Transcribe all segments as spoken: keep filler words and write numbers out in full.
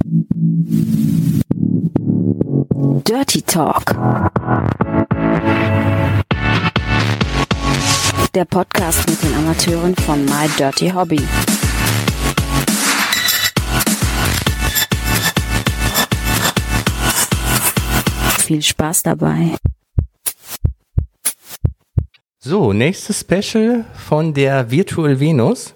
Dirty Talk. Der Podcast mit den Amateuren von My Dirty Hobby. Viel Spaß dabei. So, nächstes Special von der Virtual Venus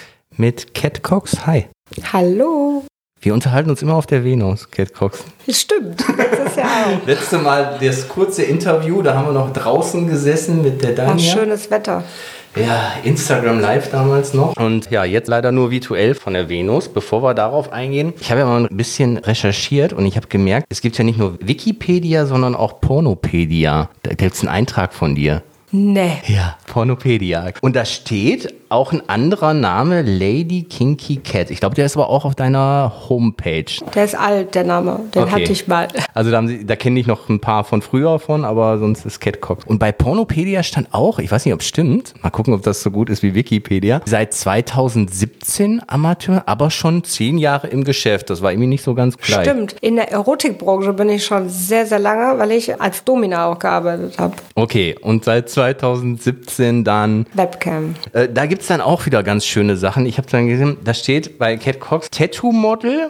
mit Cat Cox. Hi. Hallo. Wir unterhalten uns immer auf der Venus, Cat Cox. Stimmt, letztes Jahr auch. Letzte Mal das kurze Interview, da haben wir noch draußen gesessen mit der Danja. Ach, schönes Wetter. Ja, Instagram Live damals noch. Und ja, jetzt leider nur virtuell von der Venus. Bevor wir darauf eingehen, ich habe ja mal ein bisschen recherchiert und ich habe gemerkt, es gibt ja nicht nur Wikipedia, sondern auch Pornopedia. Da gibt es einen Eintrag von dir. Nee. Ja, Pornopedia. Und da steht auch ein anderer Name, Lady Kinky Cat. Ich glaube, der ist aber auch auf deiner Homepage. Der ist alt, der Name. Den Okay. hatte ich mal. Also da, haben sie, da kenne ich noch ein paar von früher von, aber sonst ist Cat Cox. Und bei Pornopedia stand auch, ich weiß nicht, ob es stimmt, mal gucken, ob das so gut ist wie Wikipedia, seit zweitausendsiebzehn Amateur, aber schon zehn Jahre im Geschäft. Das war irgendwie nicht so ganz gleich. Stimmt. In der Erotikbranche bin ich schon sehr, sehr lange, weil ich als Domina auch gearbeitet habe. Okay, und seit zweitausendsiebzehn dann... Webcam. Äh, da gibt es dann auch wieder ganz schöne Sachen. Ich habe dann gesehen, da steht bei Cat Cox Tattoo-Model,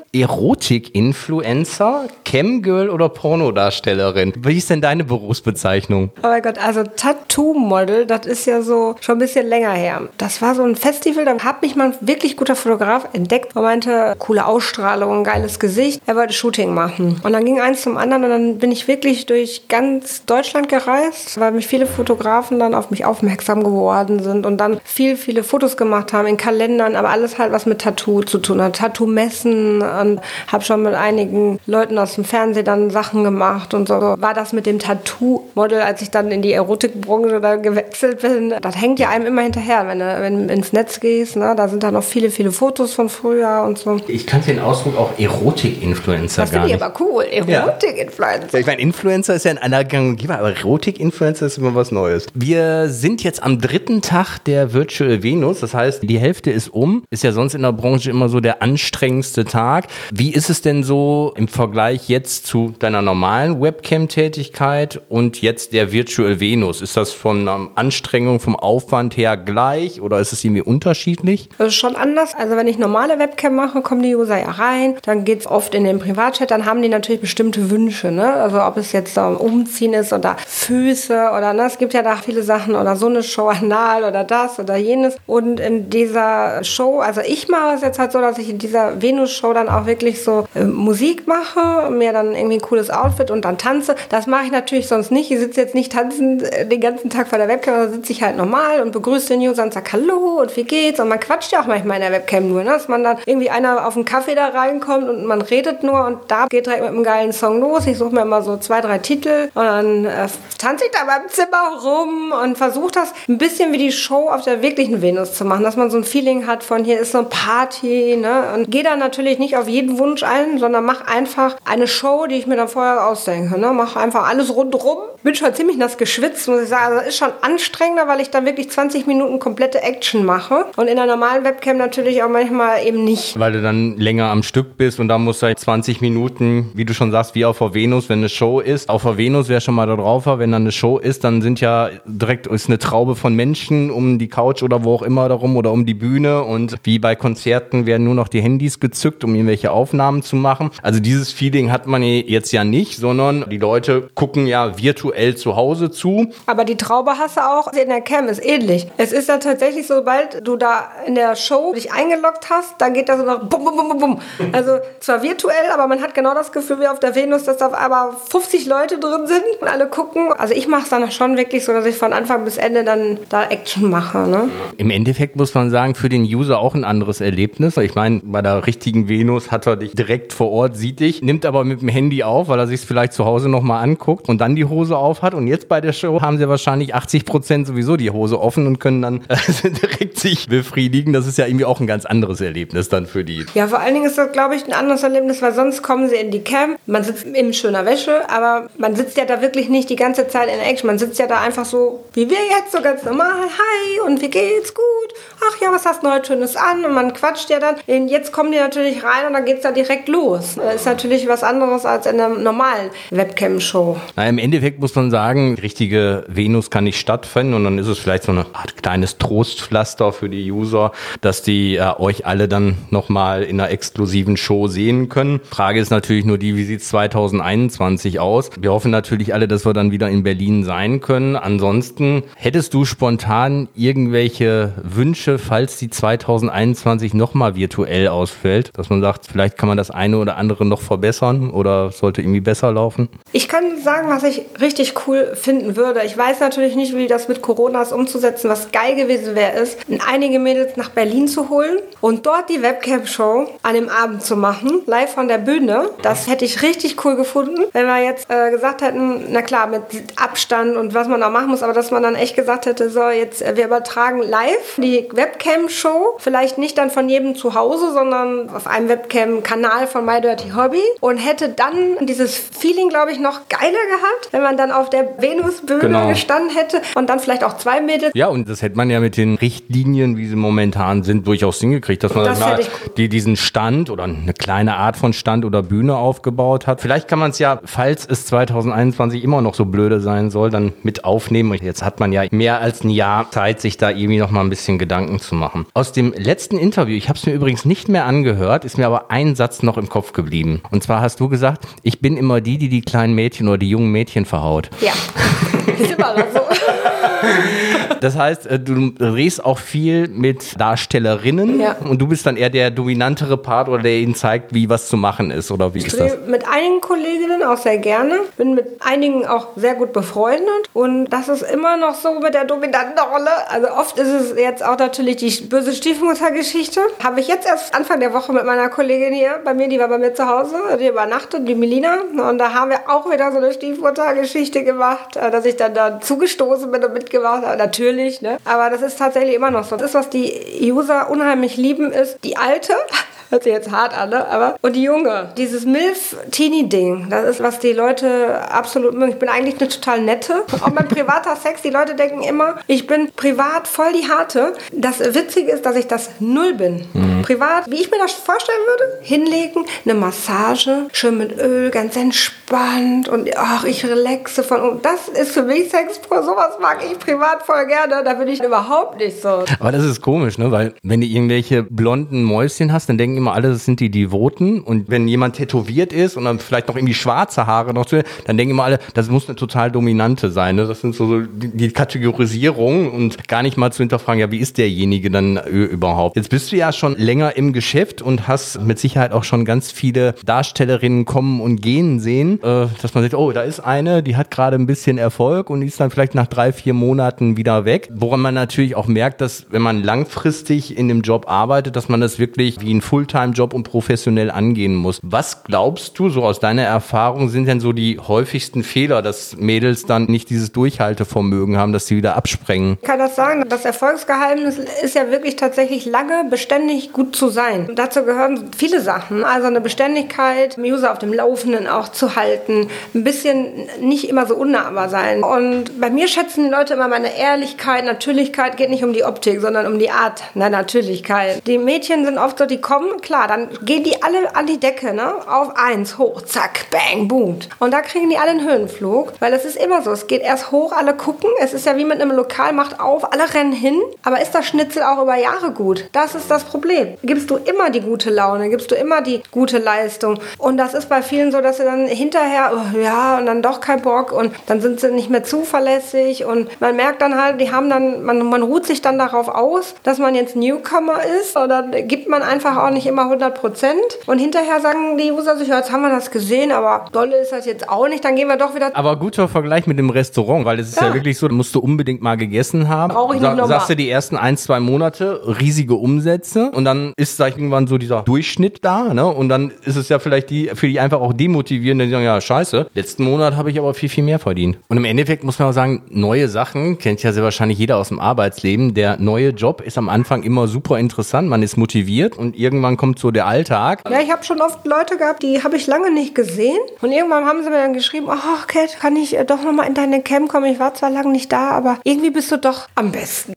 Erotik-Influencer, Camgirl oder Pornodarstellerin. Wie ist denn deine Berufsbezeichnung? Oh mein Gott, also Tattoo-Model, das ist ja so schon ein bisschen länger her. Das war so ein Festival, da hat mich mal ein wirklich guter Fotograf entdeckt und meinte, coole Ausstrahlung, geiles Gesicht, er wollte Shooting machen. Und dann ging eins zum anderen und dann bin ich wirklich durch ganz Deutschland gereist, weil mich viele Fotografen dann auf mich aufmerksam geworden sind und dann viel, viele Fotos gemacht haben in Kalendern, aber alles halt, was mit Tattoo zu tun hat. Tattoo-Messen und habe schon mit einigen Leuten aus dem Fernsehen dann Sachen gemacht und so. War das mit dem Tattoo-Model, als ich dann in die Erotikbranche da gewechselt bin, das hängt ja einem immer hinterher, wenn du, wenn du ins Netz gehst, ne? Da sind da noch viele, viele Fotos von früher und so. Ich kannte den Ausdruck auch Erotik-Influencer Das gar finde ich nicht. aber cool, Erotik-Influencer. Ja, ich meine, Influencer ist ja ein Anerkennung, aber Erotik-Influencer ist immer was Neues. Wir sind jetzt am dritten Tag der Virtual Venus, das heißt, die Hälfte ist um. Ist ja sonst in der Branche immer so der anstrengendste Tag. Wie ist es denn so im Vergleich jetzt zu deiner normalen Webcam-Tätigkeit und jetzt der Virtual Venus? Ist das von der Anstrengung, vom Aufwand her gleich oder ist es irgendwie unterschiedlich? Das ist schon anders. Also wenn ich normale Webcam mache, kommen die User ja rein, dann geht es oft in den Privatchat, dann haben die natürlich bestimmte Wünsche, ne? Also ob es jetzt um Umziehen ist oder Füße oder ne, es gibt ja da viele Sachen oder so eine Show anal oder das oder jenes. Und in dieser Show, also ich mache es jetzt halt so, dass ich in dieser Venus-Show dann auch wirklich so äh, Musik mache, mir dann irgendwie ein cooles Outfit und dann tanze. Das mache ich natürlich sonst nicht. Ich sitze jetzt nicht tanzen äh, den ganzen Tag vor der Webcam, da sitze ich halt normal und begrüße den User und sage Hallo und wie geht's? Und man quatscht ja auch manchmal in der Webcam nur, ne? Dass man dann irgendwie einer auf einen Kaffee da reinkommt und man redet nur und da geht direkt mit einem geilen Song los. Ich suche mir immer so zwei, drei Titel und dann äh, tanze ich da beim Zimmer rum und versuche das ein bisschen wie die Show auf der wirklichen Venus zu machen, dass man so ein Feeling hat von hier ist so eine Party, ne? Und gehe dann natürlich nicht auf jeden Wunsch ein, sondern mach einfach eine Show, die ich mir dann vorher ausdenke, ne? Mach einfach alles rundrum. Bin schon ziemlich nass geschwitzt, muss ich sagen. Also das ist schon anstrengender, weil ich dann wirklich zwanzig Minuten komplette Action mache und in der normalen Webcam natürlich auch manchmal eben nicht. Weil du dann länger am Stück bist und da musst du halt zwanzig Minuten, wie du schon sagst, wie auf der Venus, wenn eine Show ist. Auf der Venus, wer schon mal da drauf war, wenn dann eine Show ist, dann sind ja direkt ist eine Traube von Menschen um die Couch oder wo auch immer darum oder um die Bühne und wie bei Konzerten werden nur noch die Handys gezückt, um irgendwelche Aufnahmen zu machen. Also dieses Feeling hat man jetzt ja nicht, sondern die Leute gucken ja virtuell zu Hause zu. Aber die Traube hast du auch in der Cam, ist ähnlich. Es ist dann tatsächlich so, sobald du da in der Show dich eingeloggt hast, dann geht das so noch bum, bum, bum, bum, bum. Also zwar virtuell, aber man hat genau das Gefühl wie auf der Venus, dass da aber fünfzig Leute drin sind und alle gucken. Also ich mache es dann schon wirklich so, dass ich von Anfang bis Ende dann da Action mache. Ne? Im Endeffekt muss man sagen, für den User auch ein anderes Erlebnis. Ich meine, bei der richtigen Venus hat er dich direkt vor Ort, sieht dich, nimmt aber vorher mit dem Handy auf, weil er sich es vielleicht zu Hause nochmal anguckt und dann die Hose auf hat. Und jetzt bei der Show haben sie wahrscheinlich achtzig Prozent sowieso die Hose offen und können dann äh, direkt sich befriedigen. Das ist ja irgendwie auch ein ganz anderes Erlebnis dann für die. Ja, vor allen Dingen ist das, glaube ich, ein anderes Erlebnis, weil sonst kommen sie in die Camp, man sitzt in schöner Wäsche, aber man sitzt ja da wirklich nicht die ganze Zeit in der Action. Man sitzt ja da einfach so, wie wir jetzt, so ganz normal, hi, und wie geht's, gut? Ach ja, was hast du heute Schönes an? Und man quatscht ja dann. Und jetzt kommen die natürlich rein und dann geht's da direkt los. Das ist natürlich was anderes als in einer normalen Webcam-Show. Na, im Endeffekt muss man sagen, richtige Venus kann nicht stattfinden und dann ist es vielleicht so eine Art kleines Trostpflaster für die User, dass die äh, euch alle dann nochmal in einer exklusiven Show sehen können. Frage ist natürlich nur die, wie sieht es zwanzig einundzwanzig aus? Wir hoffen natürlich alle, dass wir dann wieder in Berlin sein können. Ansonsten, hättest du spontan irgendwelche Wünsche, falls die zwanzig einundzwanzig nochmal virtuell ausfällt, dass man sagt, vielleicht kann man das eine oder andere noch verbessern oder sollte irgendwie besser laufen? Ich kann sagen, was ich richtig cool finden würde. Ich weiß natürlich nicht, wie das mit Corona ist umzusetzen. Was geil gewesen wäre, ist, einige Mädels nach Berlin zu holen und dort die Webcam-Show an dem Abend zu machen, live von der Bühne. Das hätte ich richtig cool gefunden, wenn wir jetzt äh, gesagt hätten, na klar, mit Abstand und was man da machen muss, aber dass man dann echt gesagt hätte, so, jetzt, äh, wir übertragen live die Webcam-Show, vielleicht nicht dann von jedem zu Hause, sondern auf einem Webcam-Kanal von My Dirty Hobby und hätte dann dieses Feeling, glaube ich, noch geiler gehabt, wenn man dann auf der Venus-Bühne genau. gestanden hätte und dann vielleicht auch zwei Mädels. Ja, und das hätte man ja mit den Richtlinien, wie sie momentan sind, durchaus hingekriegt, dass man das mal die, diesen Stand oder eine kleine Art von Stand oder Bühne aufgebaut hat. Vielleicht kann man es ja, falls es zwanzig einundzwanzig immer noch so blöde sein soll, dann mit aufnehmen. Jetzt hat man ja mehr als ein Jahr Zeit, sich da irgendwie noch mal ein bisschen Gedanken zu machen. Aus dem letzten Interview, ich habe es mir übrigens nicht mehr angehört, ist mir aber ein Satz noch im Kopf geblieben. Und zwar hast du gesagt, ich bin immer die, die die kleinen Mädchen oder die jungen Mädchen verhaut. Ja, ist immer noch so. Das heißt, du drehst auch viel mit Darstellerinnen ja. und du bist dann eher der dominantere Part oder der ihnen zeigt, wie was zu machen ist oder wie ich ist das? Mit einigen Kolleginnen auch sehr gerne, bin mit einigen auch sehr gut befreundet und das ist immer noch so mit der dominanten Rolle. Also oft ist es jetzt auch natürlich die böse Stiefmutter-Geschichte. Habe ich jetzt erst Anfang der Woche mit meiner Kollegin hier bei mir, die war bei mir zu Hause, die übernachtet, die Melina, und da haben wir auch wieder so eine Stiefmutter-Geschichte gemacht, dass ich dann da zugestoßen bin und mitgemacht habe. Natürlich, ne? Aber das ist tatsächlich immer noch so. Das, was die User unheimlich lieben, ist die alte, hört sich jetzt hart an, ne? Aber, und die junge. Dieses Milf-Teenie-Ding, das ist, was die Leute absolut mögen. Ich bin eigentlich eine total nette. Auch mein privater Sex, die Leute denken immer, ich bin privat voll die harte. Das Witzige ist, dass ich das null bin. Mhm. Privat, wie ich mir das vorstellen würde, hinlegen, eine Massage, schön mit Öl, ganz entspannt und ach, ich relaxe von. Und das ist für mich Sex pur. Sowas mag ich privat voll gerne. Da bin ich überhaupt nicht so. Aber das ist komisch, ne? Weil wenn du irgendwelche blonden Mäuschen hast, dann denken immer alle, das sind die Devoten. Und wenn jemand tätowiert ist und dann vielleicht noch irgendwie schwarze Haare noch zu, dann denken immer alle, das muss eine total dominante sein. Ne? Das sind so, so die, die Kategorisierung und gar nicht mal zu hinterfragen, ja, wie ist derjenige dann ö, überhaupt? Jetzt bist du ja schon länger im Geschäft und hast mit Sicherheit auch schon ganz viele Darstellerinnen kommen und gehen sehen, äh, dass man sagt, oh, da ist eine, die hat gerade ein bisschen Erfolg und die ist dann vielleicht nach drei, vier Monaten wieder weg. Woran man natürlich auch merkt, dass wenn man langfristig in dem Job arbeitet, dass man das wirklich wie ein Fulltime-Job und professionell angehen muss. Was glaubst du, so aus deiner Erfahrung, sind denn so die häufigsten Fehler, dass Mädels dann nicht dieses Durchhaltevermögen haben, dass sie wieder absprengen? Ich kann das sagen, das Erfolgsgeheimnis ist ja wirklich tatsächlich lange beständig gut zu sein. Und dazu gehören viele Sachen, also eine Beständigkeit, User auf dem Laufenden auch zu halten, ein bisschen nicht immer so unnahbar sein. Und bei mir schätzen die Leute immer meine Ehrlichkeit, Natürlichkeit, geht nicht um die Optik, sondern um die Art der Natürlichkeit. Die Mädchen sind oft so, die kommen, klar, dann gehen die alle an die Decke, ne? Auf eins, hoch, zack, bang, boom. Und da kriegen die alle einen Höhenflug, weil es ist immer so, es geht erst hoch, alle gucken, es ist ja wie mit einem Lokal, macht auf, alle rennen hin, aber ist das Schnitzel auch über Jahre gut? Das ist das Problem. Gibst du immer die gute Laune, gibst du immer die gute Leistung und das ist bei vielen so, dass sie dann hinterher hinterher, oh, ja, und dann doch kein Bock und dann sind sie nicht mehr zuverlässig und man merkt dann halt, die haben dann, man, man ruht sich dann darauf aus, dass man jetzt Newcomer ist oder gibt man einfach auch nicht immer hundert Prozent und hinterher sagen die User sich, ja, jetzt haben wir das gesehen, aber dolle ist das jetzt auch nicht, dann gehen wir doch wieder... Aber guter Vergleich mit dem Restaurant, weil es ist ja. ja wirklich so, da musst du unbedingt mal gegessen haben. Brauche ich nicht nochmal. Sagst du die ersten ein, zwei Monate riesige Umsätze und dann ist da irgendwann so dieser Durchschnitt da, ne? Und dann ist es ja vielleicht die für die einfach auch demotivierend, die sagen, ja, scheiße, letzten Monat habe ich aber viel, viel mehr verdient. Und im Endeffekt muss man auch sagen, neue Sachen, kennt ja sehr wahrscheinlich jeder aus dem Arbeitsleben, der neue Job ist am Anfang immer super interessant, man ist motiviert und irgendwann kommt so der Alltag. Ja, ich habe schon oft Leute gehabt, die habe ich lange nicht gesehen und irgendwann haben sie mir dann geschrieben, oh, Kat, kann ich doch nochmal in deine Cam kommen, ich war zwar lange nicht da, aber irgendwie bist du doch am besten.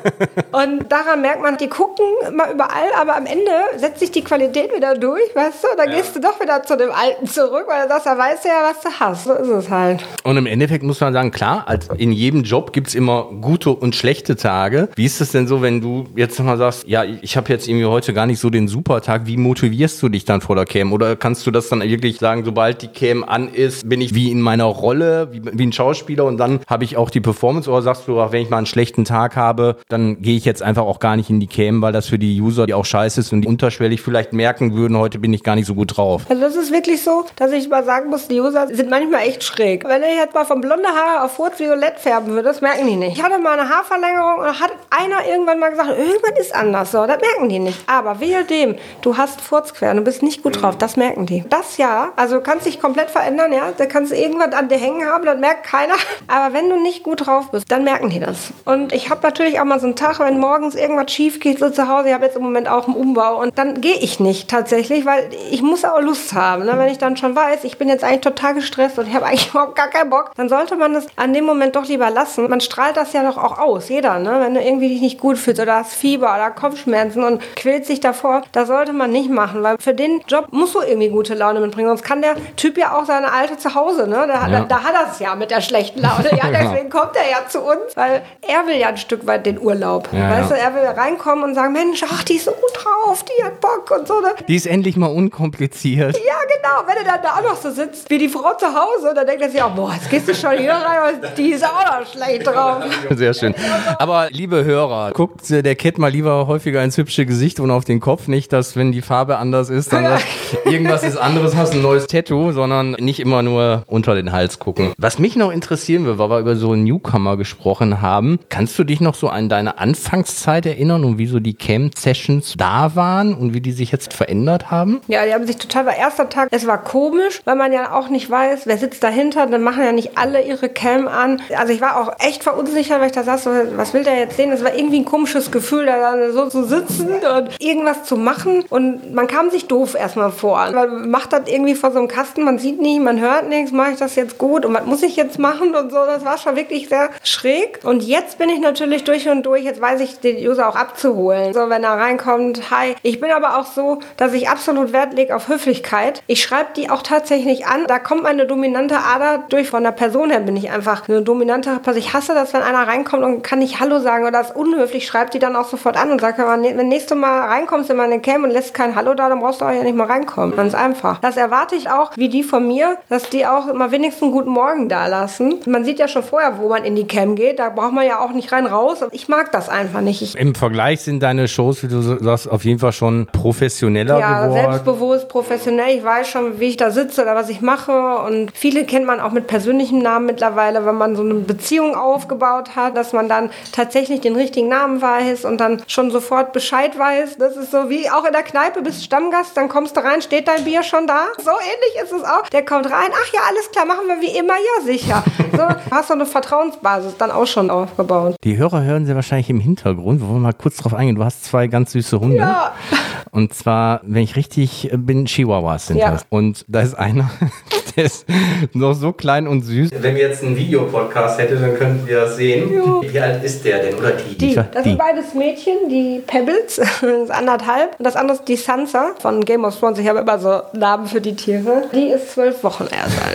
Und daran merkt man, die gucken immer überall, aber am Ende setzt sich die Qualität wieder durch, weißt du, und dann ja. gehst du doch wieder zu dem Alten zurück, weil du sagst, da weißt du ja, was du hast. So ist es halt. Und im Endeffekt muss man sagen, klar, als in jedem Job gibt es immer gute und schlechte Tage. Wie ist es denn so, wenn du jetzt mal sagst, ja, ich habe jetzt irgendwie heute gar nicht so den Supertag, wie motivierst du dich dann vor der Cam? Oder kannst du das dann wirklich sagen, sobald die Cam an ist, bin ich wie in meiner Rolle, wie, wie ein Schauspieler und dann habe ich auch die Performance? Oder sagst du, ach, wenn ich mal einen schlechten Tag habe, dann gehe ich jetzt einfach auch gar nicht in die Cam, weil das für die User die auch scheiße ist und die unterschwellig vielleicht merken würden, heute bin ich gar nicht so gut drauf. Also das ist wirklich so, dass ich mal sagen muss, die User sind manchmal echt schräg. Wenn ich jetzt mal von blonde Haare auf rot-violett färben würde, das merken die nicht. Ich hatte mal eine Haarverlängerung und da hat einer irgendwann mal gesagt, irgendwann ist anders so, das merken die nicht. Aber wehe dem, du hast Furzquer, du bist nicht gut drauf, das merken die. Das ja, also du kannst dich komplett verändern, ja, da kannst du irgendwas an dir hängen haben, das merkt keiner. Aber wenn du nicht gut drauf bist, dann merken die das. Und ich habe natürlich auch mal so einen Tag, wenn morgens irgendwas schief geht, so zu Hause, ich habe jetzt im Moment auch einen Umbau und dann gehe ich nicht tatsächlich, weil ich muss auch Lust haben. Ne? Wenn ich dann schon weiß, ich bin jetzt eigentlich total gestresst und ich habe eigentlich überhaupt gar keinen Bock, dann sollte man das an dem Moment doch lieber lassen. Man strahlt das ja doch auch aus, jeder, ne? Wenn du irgendwie dich nicht gut fühlst oder hast Fieber oder Kopfschmerzen und quält sich davor, das sollte man nicht machen, weil für den Job musst du irgendwie gute Laune mitbringen, sonst kann der Typ ja auch seine Alte zu Hause, ne? Da, ja. da, da hat er es ja mit der schlechten Laune, ja, deswegen kommt er ja zu uns, weil er will ja ein Stück weit den Urlaub, ja, weißt ja. du, er will reinkommen und sagen, Mensch, ach, die ist so gut drauf, die hat Bock und so, ne? Die ist endlich mal unkompliziert. Ja, genau, wenn er dann da auch noch so sitzt, wie die Frau zu Hause, dann denkt er sich auch, boah, jetzt gehst du schon hier rein, die ist auch noch schlecht drauf. Sehr schön. Aber liebe Hörer, guckt der Kat mal lieber häufiger ins hübsche Gesicht und auf den Kopf, nicht, dass wenn die Farbe anders ist, dann sagt, irgendwas ist anderes, hast ein neues Tattoo, sondern nicht immer nur unter den Hals gucken. Was mich noch interessieren würde, weil wir über so einen Newcomer gesprochen haben, kannst du dich noch so an deine Anfangszeit erinnern und wie so die Cam-Sessions da waren und wie die sich jetzt verändert haben? Ja, die haben sich total, war erster Tag, es war komisch, weil man ja auch nicht weiß, wer sitzt dahinter, dann machen ja nicht alle ihre Cam an. Also ich war auch echt verunsichert, weil ich da saß, so, was will der jetzt sehen? Das war irgendwie ein komisches Gefühl, da so zu sitzen und irgendwas zu machen und man kam sich doof erstmal vor. Man macht das irgendwie vor so einem Kasten, man sieht nicht, man hört nichts, mache ich das jetzt gut und was muss ich jetzt machen und so, das war schon wirklich sehr schräg. Und jetzt bin ich natürlich durch und durch, jetzt weiß ich, den User auch abzuholen. So, wenn er reinkommt, hi. Ich bin aber auch so, dass ich absolut Wert lege auf Höflichkeit. Ich schreibe die auch tatsächlich an, da kommt meine dominante Ader durch. Von der Person her bin ich einfach eine dominante Person. Ich hasse das, wenn einer reinkommt und kann nicht Hallo sagen oder ist unhöflich, schreibt die dann auch sofort an und sagt, wenn nächstes Mal reinkommst in meine Cam und lässt kein Hallo da, dann brauchst du auch ja nicht mal reinkommen. Ganz einfach. Das erwarte ich auch, wie die von mir, dass die auch immer wenigstens einen guten Morgen da lassen. Man sieht ja schon vorher, wo man in die Cam geht, da braucht man ja auch nicht rein raus. Ich mag das einfach nicht. Ich Im Vergleich sind deine Shows, wie du sagst, auf jeden Fall schon professioneller ja, geworden. Ja, selbstbewusst, professionell. Ich weiß schon, wie ich da sitze oder was ich mache und viele kennt man auch mit persönlichem Namen mittlerweile, wenn man so eine Beziehung aufgebaut hat, dass man dann tatsächlich den richtigen Namen weiß und dann schon sofort Bescheid weiß. Das ist so wie auch in der Kneipe, bist Stammgast, dann kommst du rein, steht dein Bier schon da. So ähnlich ist es auch. Der kommt rein, ach ja, alles klar, machen wir wie immer, ja sicher. So hast du eine Vertrauensbasis dann auch schon aufgebaut. Die Hörer hören sie wahrscheinlich im Hintergrund, wo wir mal kurz drauf eingehen. Du hast zwei ganz süße Hunde. Ja. Und zwar, wenn ich richtig bin, Chihuahuas sind ja. das. Und da ist einer, der ist noch so klein und süß. Wenn wir jetzt einen Videopodcast hätten, dann könnten wir das sehen. Jo. Wie alt ist der denn? Oder die? Die. Das die. sind beides Mädchen, die Pebbles, das ist anderthalb. Und das andere ist die Sansa von Game of Thrones. Ich habe immer so Namen für die Tiere. Die ist zwölf Wochen erst alt.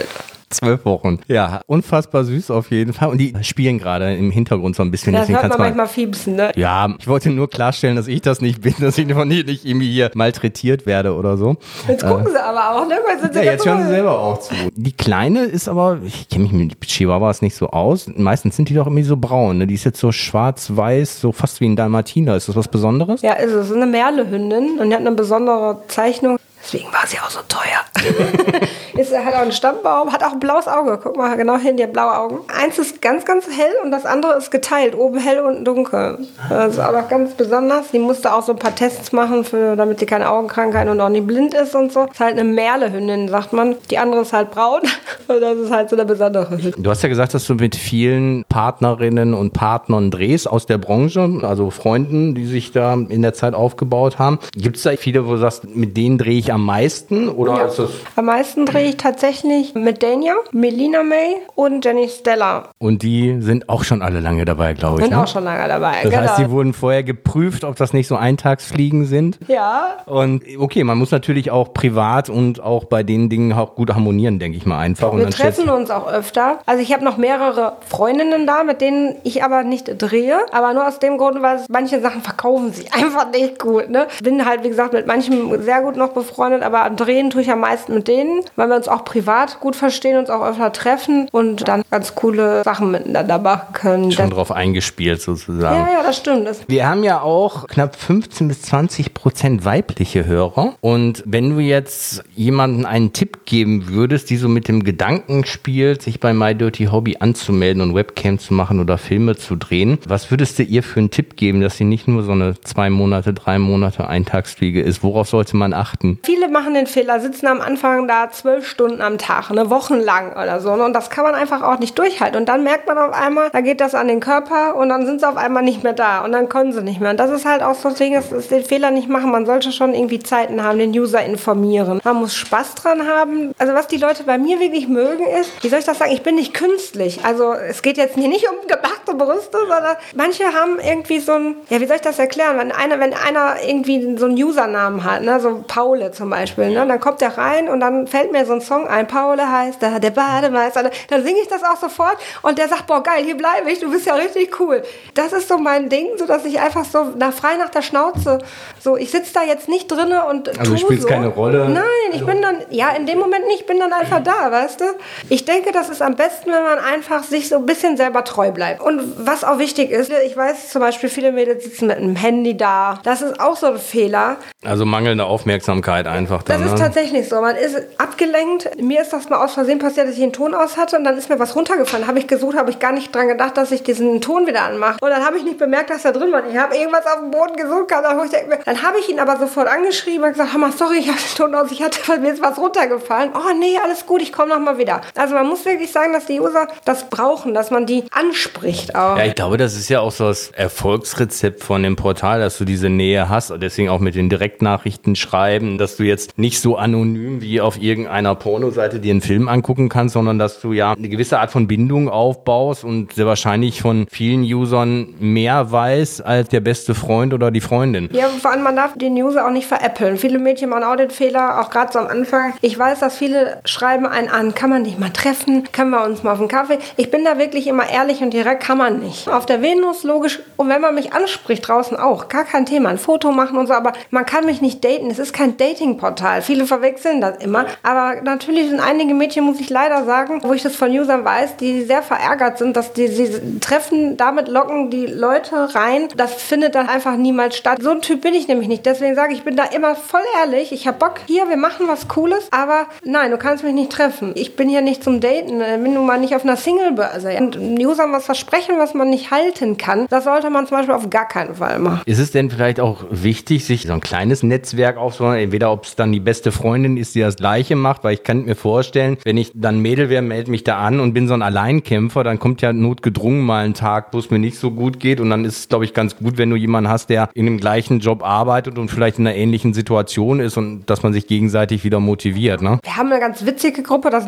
Zwölf Wochen. Ja, unfassbar süß auf jeden Fall. Und die spielen gerade im Hintergrund so ein bisschen. Das Deswegen hört man kann's mal- manchmal fiepsen, ne? Ja, ich wollte nur klarstellen, dass ich das nicht bin, dass ich noch nicht, nicht irgendwie hier malträtiert werde oder so. Jetzt gucken sie aber auch, ne? Weil sind sie Ja, ganz jetzt hören sie ruhig. selber auch zu. Die Kleine ist aber, ich kenne mich mit Chihuahuas nicht so aus. Meistens sind die doch irgendwie so braun. Ne? Die ist jetzt so schwarz-weiß, so fast wie ein Dalmatiner. Ist das was Besonderes? Ja, ist es. Es ist eine Merle-Hündin und die hat eine besondere Zeichnung. Deswegen war sie auch so teuer. ist, hat auch einen Stammbaum, hat auch ein blaues Auge. Guck mal genau hin, die hat blaue Augen. Eins ist ganz, ganz hell und das andere ist geteilt. Oben hell, unten dunkel. Das ist auch noch ganz besonders. Die musste auch so ein paar Tests machen, für, damit sie keine Augenkrankheit und auch nicht blind ist und so. Ist halt eine Merle-Hündin, sagt man. Die andere ist halt braun. Und das ist halt so eine besondere Hündin. Du hast ja gesagt, dass du mit vielen Partnerinnen und Partnern drehst aus der Branche, also Freunden, die sich da in der Zeit aufgebaut haben. Gibt es da viele, wo du sagst, mit denen drehe ich am meisten? Oder Ja. ist das Am meisten drehe ich tatsächlich mit Dania, Melina May und Jenny Stella. und die sind auch schon alle lange dabei, glaube ich. Sind Ne? auch schon lange dabei. Das genau. heißt, die wurden vorher geprüft, ob das nicht so Eintagsfliegen sind. ja, Und okay, man muss natürlich auch privat und auch bei den Dingen auch gut harmonieren, denke ich mal einfach. Und wir dann treffen stellt- uns auch öfter. Also ich habe noch mehrere Freundinnen da, mit denen ich aber nicht drehe. Aber nur aus dem Grund, weil manche Sachen verkaufen sich einfach nicht gut. Ne? Bin halt, wie gesagt, mit manchen sehr gut noch befreundet, aber am Drehen tue ich am meisten mit denen, weil wir uns auch privat gut verstehen, uns auch öfter treffen und dann ganz coole Sachen miteinander machen können. schon Das, drauf eingespielt sozusagen. ja, ja, das stimmt. Das, Wir haben ja auch knapp fünfzehn bis zwanzig Prozent weibliche Hörer. Und wenn du jetzt jemandem einen Tipp geben würdest, die so mit dem Gedanken spielt, sich bei My Dirty Hobby anzumelden und Webcam zu machen oder Filme zu drehen, was würdest du ihr für einen Tipp geben, dass sie nicht nur so eine zwei Monate, drei Monate Eintagsfliege ist? Worauf sollte man achten? Viele machen den Fehler, sitzen am Anfang da zwölf Stunden am Tag, ne, wochenlang oder so. Ne, und das kann man einfach auch nicht durchhalten. Und dann merkt man auf einmal, da geht das an den Körper und dann sind sie auf einmal nicht mehr da und dann können sie nicht mehr. Und das ist halt auch so, deswegen ist, ist den Fehler nicht machen. Man sollte schon irgendwie Zeiten haben, den User informieren. Man muss Spaß dran haben. Also was die Leute bei mir wirklich mögen ist, wie soll ich das sagen, ich bin nicht künstlich. Also es geht jetzt hier nicht um gemachte Brüste, sondern manche haben irgendwie so ein, ja, wie soll ich das erklären? Wenn einer, wenn einer irgendwie so einen Usernamen hat, ne, so Paule zum Beispiel, ne, dann kommt der rein und dann fällt mir so ein Song ein, Paule heißt da, der Bademeister, dann singe ich das auch sofort und der sagt, boah, geil, hier bleibe ich, du bist ja richtig cool. Das ist so mein Ding, so dass ich einfach so nach, frei nach der Schnauze, so, ich sitze da jetzt nicht drinne und Also du tu spielst so. keine Rolle? Nein, ich bin dann, ja, in dem Moment nicht, ich bin dann einfach da, weißt du? Ich denke, das ist am besten, wenn man einfach sich so ein bisschen selber treu bleibt. Und was auch wichtig ist, ich weiß zum Beispiel, viele Mädels sitzen mit einem Handy da. Das ist auch so ein Fehler. Also mangelnde Aufmerksamkeit einfach Das dann. ist ne? tatsächlich so. Man ist abgelenkt. Mir ist das mal aus Versehen passiert, dass ich den Ton aus hatte und dann ist mir was runtergefallen. Habe ich gesucht, habe ich gar nicht dran gedacht, dass ich diesen Ton wieder anmache. Und dann habe ich nicht bemerkt, dass er drin war. Ich habe irgendwas auf dem Boden gesucht. Dann, ich denke, dann habe ich ihn aber sofort angeschrieben und gesagt, Hammer, sorry, ich habe den Ton aus. Ich hatte, mir ist was runtergefallen. Oh nee, alles gut, ich komme nochmal wieder. Also man muss wirklich sagen, dass die User das brauchen, dass man die anspricht auch. Ja, ich glaube, das ist ja auch so das Erfolgsrezept von dem Portal, dass du diese Nähe hast und deswegen auch mit den Direktnachrichten schreiben, dass du jetzt nicht so anonym wie auf irgendeiner Pornoseite dir einen Film angucken kannst, sondern dass du ja eine gewisse Art von Bindung aufbaust und sehr wahrscheinlich von vielen Usern mehr weiß als der beste Freund oder die Freundin. Ja, vor allem, man darf den User auch nicht veräppeln. Viele Mädchen machen auch den Fehler, auch gerade so am Anfang. Ich weiß, dass viele schreiben einen an, kann man dich mal treffen, können wir uns mal auf einen Kaffee. Ich bin da wirklich immer ehrlich und direkt, kann man nicht. Auf der Venus, logisch, und wenn man mich anspricht, draußen auch, gar kein Thema, ein Foto machen und so, aber man kann mich nicht daten, es ist kein Dating-Portal. Viele verwechseln das immer, aber natürlich sind einige Mädchen, muss ich leider sagen, wo ich das von Usern weiß, die sehr verärgert sind, dass die, sie treffen, damit locken die Leute rein, das findet dann einfach niemals statt. So ein Typ bin ich nämlich nicht, deswegen sage ich, ich bin da immer voll ehrlich, ich habe Bock, hier, wir machen was Cooles, aber nein, du kannst mich nicht treffen. Ich bin hier nicht zum Daten, ich bin nun mal nicht auf einer Single-Börse. Und Usern was versprechen, was man nicht halten kann, das sollte man zum Beispiel auf gar keinen Fall machen. Ist es denn vielleicht auch wichtig, sich so ein kleines Netzwerk aufzubauen, entweder ob es dann die beste Freundin ist, die das Gleiche macht, weil ich kann mir vorstellen, wenn ich dann Mädel wäre, melde mich da an und bin so ein Alleinkämpfer, dann kommt ja notgedrungen mal ein Tag, wo es mir nicht so gut geht und dann ist es, glaube ich, ganz gut, wenn du jemanden hast, der in dem gleichen Job arbeitet und vielleicht in einer ähnlichen Situation ist und dass man sich gegenseitig wieder motiviert, ne? Wir haben eine ganz witzige Gruppe, da sind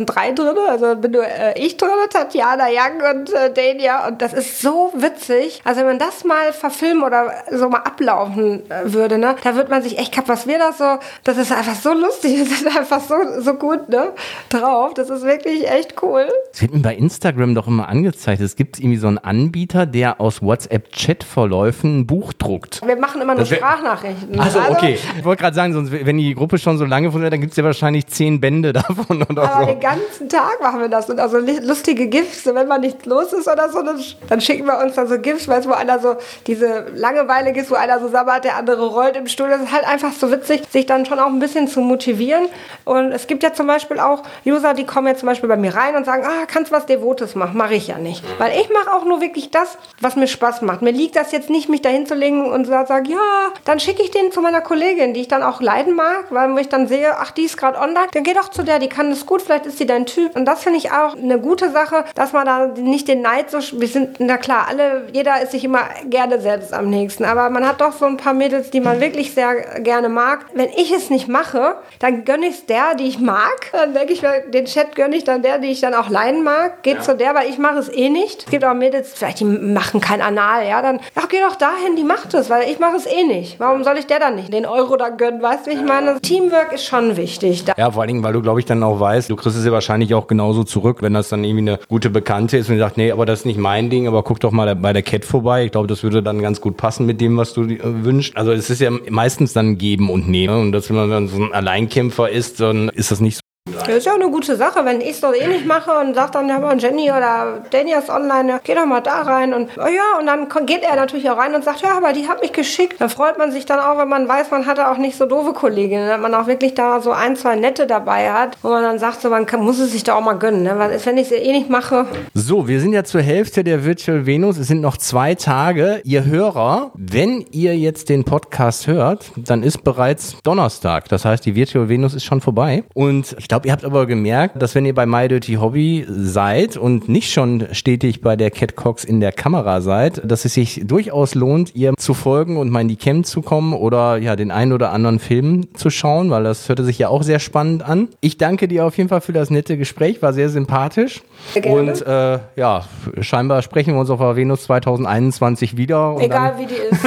drei drin, also bin nur äh, ich drin, Tatjana, Young und äh, Dania und das ist so witzig. Also wenn man das mal verfilmen oder so mal ablaufen äh, würde, ne, da wird man sich echt kaputt, was wir das so, das ist einfach so lustig, das ist einfach so, so gut, ne, drauf, das ist wirklich echt cool. Es wird mir bei Instagram doch immer angezeigt, es gibt irgendwie so einen Anbieter, der aus WhatsApp-Chat-Verläufen ein Buch druckt. Wir machen immer nur Das wär- Sprachnachrichten. Also Also, okay, ich wollte gerade sagen, sonst, wenn die Gruppe schon so lange von dann gibt es ja wahrscheinlich zehn Bände davon oder aber so. den ganzen Tag machen wir das und also li- lustige GIFs, wenn mal nichts los ist oder so, dann, dann schicken wir uns dann so GIFs, weißt du, wo einer so diese Langeweile gibt, wo einer so sabbert, der andere rollt im Stuhl. Das ist halt einfach so witzig, sich dann schon auch ein bisschen zu motivieren. Und es gibt ja zum Beispiel auch User, die kommen jetzt zum Beispiel bei mir rein und sagen, ah, kannst du was Devotes machen? Mache ich ja nicht. Weil ich mache auch nur wirklich das, was mir Spaß macht. Mir liegt das jetzt nicht, mich da hinzulegen und sagen, ja, dann schicke ich den zu meiner Kollegin, die ich dann auch leiden mag, weil ich dann sehe, ach, die ist gerade online, dann geh doch zu der, die kann das gut, vielleicht ist sie dein Typ. Und das finde ich auch eine gute Sache, dass man da nicht den Neid so, wir sind, na klar, alle, jeder ist sich immer gerne selbst am nächsten, aber man hat doch so ein paar Mädels, die man wirklich sehr gerne mag. Wenn ich es nicht mache, dann gönne ich es der, die ich mag. Dann denke ich mir, den Chat gönne ich dann der, die ich dann auch leiden mag. Geht ja. zu der, weil ich mache es eh nicht. Es gibt auch Mädels, vielleicht die machen kein Anal, ja, dann, ach, geh doch dahin, die macht es, weil ich mache es eh nicht. Warum soll ich der dann nicht den Euro da gönnen, weißt du, wie ich meine? Teamwork ist schon wichtig. Ja, vor allen Dingen, weil du, glaube ich, dann auch weißt, du kriegst es ja wahrscheinlich auch genauso zurück, wenn das dann irgendwie eine gute Bekannte ist und die sagt, nee, aber das ist nicht mein Ding, aber guck doch mal bei der Cat vorbei. Ich glaube, das würde dann ganz gut passen mit dem, was du äh, wünschst. Also es ist ja meistens dann Geben und Nehmen. Und dass wenn man dann so ein Alleinkämpfer ist, dann ist das nicht so. Das ist ja eine gute Sache, wenn ich es doch eh nicht mache und sagt dann, ja, Jenny oder Dania ist online, ja, geh doch mal da rein und oh ja, und dann geht er natürlich auch rein und sagt, ja, aber die hat mich geschickt. Da freut man sich dann auch, wenn man weiß, man hatte auch nicht so doofe Kolleginnen, wenn man auch wirklich da so ein, zwei nette dabei hat, wo man dann sagt, so, man kann, muss es sich da auch mal gönnen, ne? Was ist, wenn ich es eh nicht mache? So, wir sind ja zur Hälfte der Virtual Venus, es sind noch zwei Tage. Ihr Hörer, wenn ihr jetzt den Podcast hört, dann ist bereits Donnerstag, das heißt, die Virtual Venus ist schon vorbei und ich glaube, ihr habt aber gemerkt, dass wenn ihr bei My Dirty Hobby seid und nicht schon stetig bei der Cat Cox in der Kamera seid, dass es sich durchaus lohnt, ihr zu folgen und mal in die Cam zu kommen oder ja den einen oder anderen Film zu schauen, weil das hörte sich ja auch sehr spannend an. Ich danke dir auf jeden Fall für das nette Gespräch, war sehr sympathisch. Sehr gerne. Und äh, ja, scheinbar sprechen wir uns auf der Venus zwanzig einundzwanzig wieder. Und egal dann, wie die ist.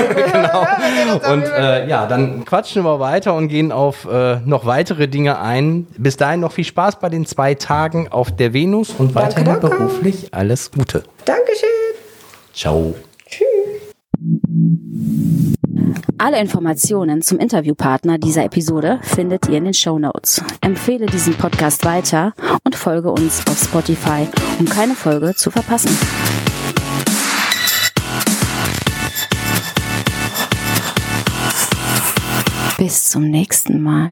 genau. Und äh, ja, dann quatschen wir weiter und gehen auf äh, noch weitere Dinge ein. Bis dahin noch viel Spaß bei den zwei Tagen auf der Venus und Danke, weiterhin danke. beruflich alles Gute. Dankeschön. Ciao. Tschüss. Alle Informationen zum Interviewpartner dieser Episode findet ihr in den Shownotes. Empfehle diesen Podcast weiter und folge uns auf Spotify, um keine Folge zu verpassen. Bis zum nächsten Mal.